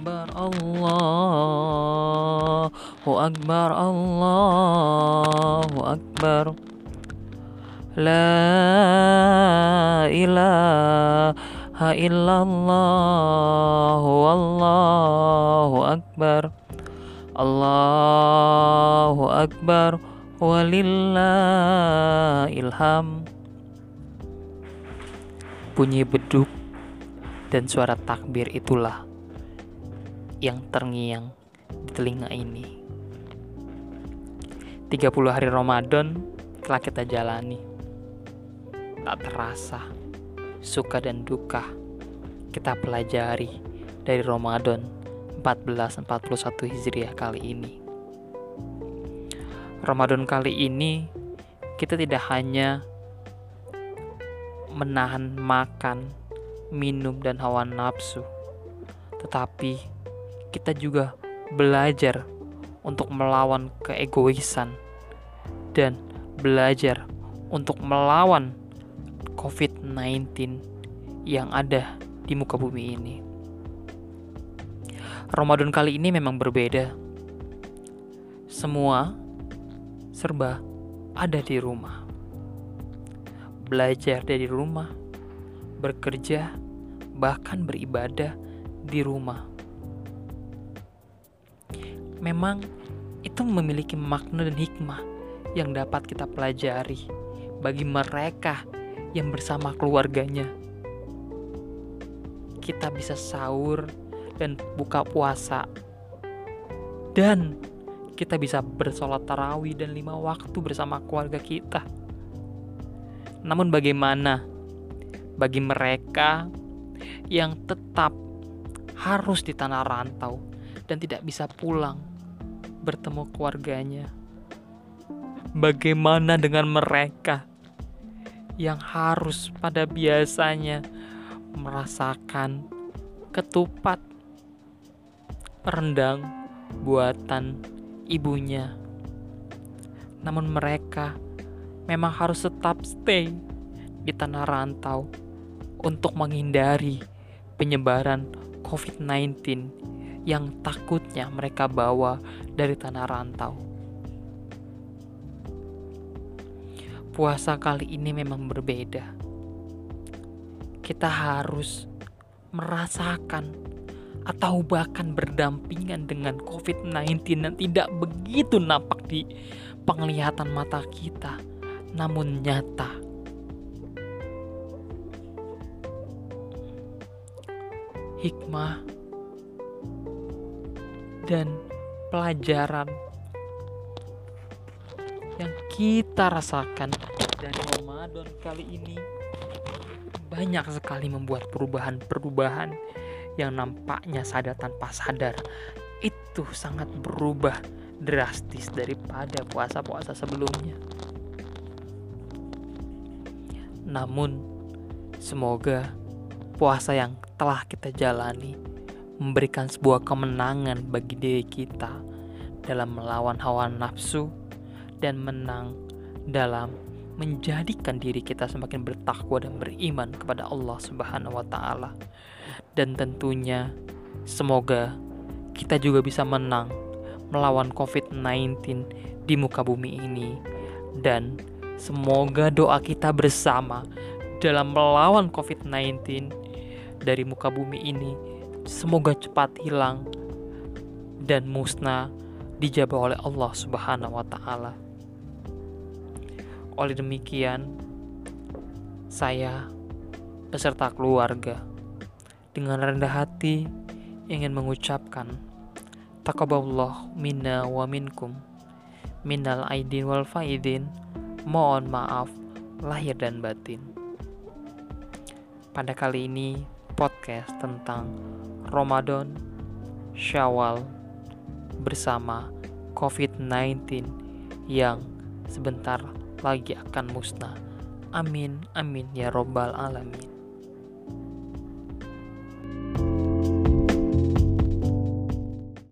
Akbar, Allahu Akbar, Allahu Akbar. La ilaha illallah, wallahu akbar. Allahu akbar, walillahil ham. Bunyi beduk dan suara takbir itulah yang terngiang di telinga ini. 30 hari Ramadan telah kita jalani. Tak terasa suka dan duka kita pelajari dari Ramadan 1441 Hijriah kali ini. Ramadan kali ini kita tidak hanya menahan makan, minum, dan hawa nafsu, tetapi kita juga belajar untuk melawan keegoisan dan belajar untuk melawan COVID-19 yang ada di muka bumi ini. Ramadan kali ini memang berbeda. Semua serba ada di rumah. Belajar dari rumah, bekerja, bahkan beribadah di rumah. Memang itu memiliki makna dan hikmah yang dapat kita pelajari bagi mereka yang bersama keluarganya. Kita bisa sahur dan buka puasa, dan kita bisa bersolat tarawih dan 5 waktu bersama keluarga kita. Namun bagaimana bagi mereka yang tetap harus di tanah rantau dan tidak bisa pulang bertemu keluarganya? Bagaimana dengan mereka yang harus pada biasanya merasakan ketupat rendang buatan ibunya, namun mereka memang harus tetap stay di tanah rantau untuk menghindari penyebaran COVID-19 yang takutnya mereka bawa dari tanah rantau. Puasa kali ini memang berbeda. Kita harus merasakan atau bahkan berdampingan dengan COVID-19 yang tidak begitu nampak di penglihatan mata kita, namun nyata. Hikmah dan pelajaran yang kita rasakan dari Ramadan kali ini banyak sekali membuat perubahan-perubahan yang nampaknya sadar tanpa sadar itu sangat berubah drastis daripada puasa-puasa sebelumnya. Namun semoga puasa yang telah kita jalani memberikan sebuah kemenangan bagi diri kita dalam melawan hawa nafsu dan menang dalam menjadikan diri kita semakin bertakwa dan beriman kepada Allah Subhanahu wa taala. Dan tentunya semoga kita juga bisa menang melawan COVID-19 di muka bumi ini, dan semoga doa kita bersama dalam melawan COVID-19 dari muka bumi ini semoga cepat hilang dan musnah dijabah oleh Allah Subhanahu wa taala. Oleh demikian, saya beserta keluarga dengan rendah hati ingin mengucapkan taqabbalallahu minna wa minkum minal aidin wal faidin. Mohon maaf lahir dan batin. Pada kali ini podcast tentang Ramadan, Syawal bersama COVID-19 yang sebentar lagi akan musnah. Amin, amin ya robbal alamin.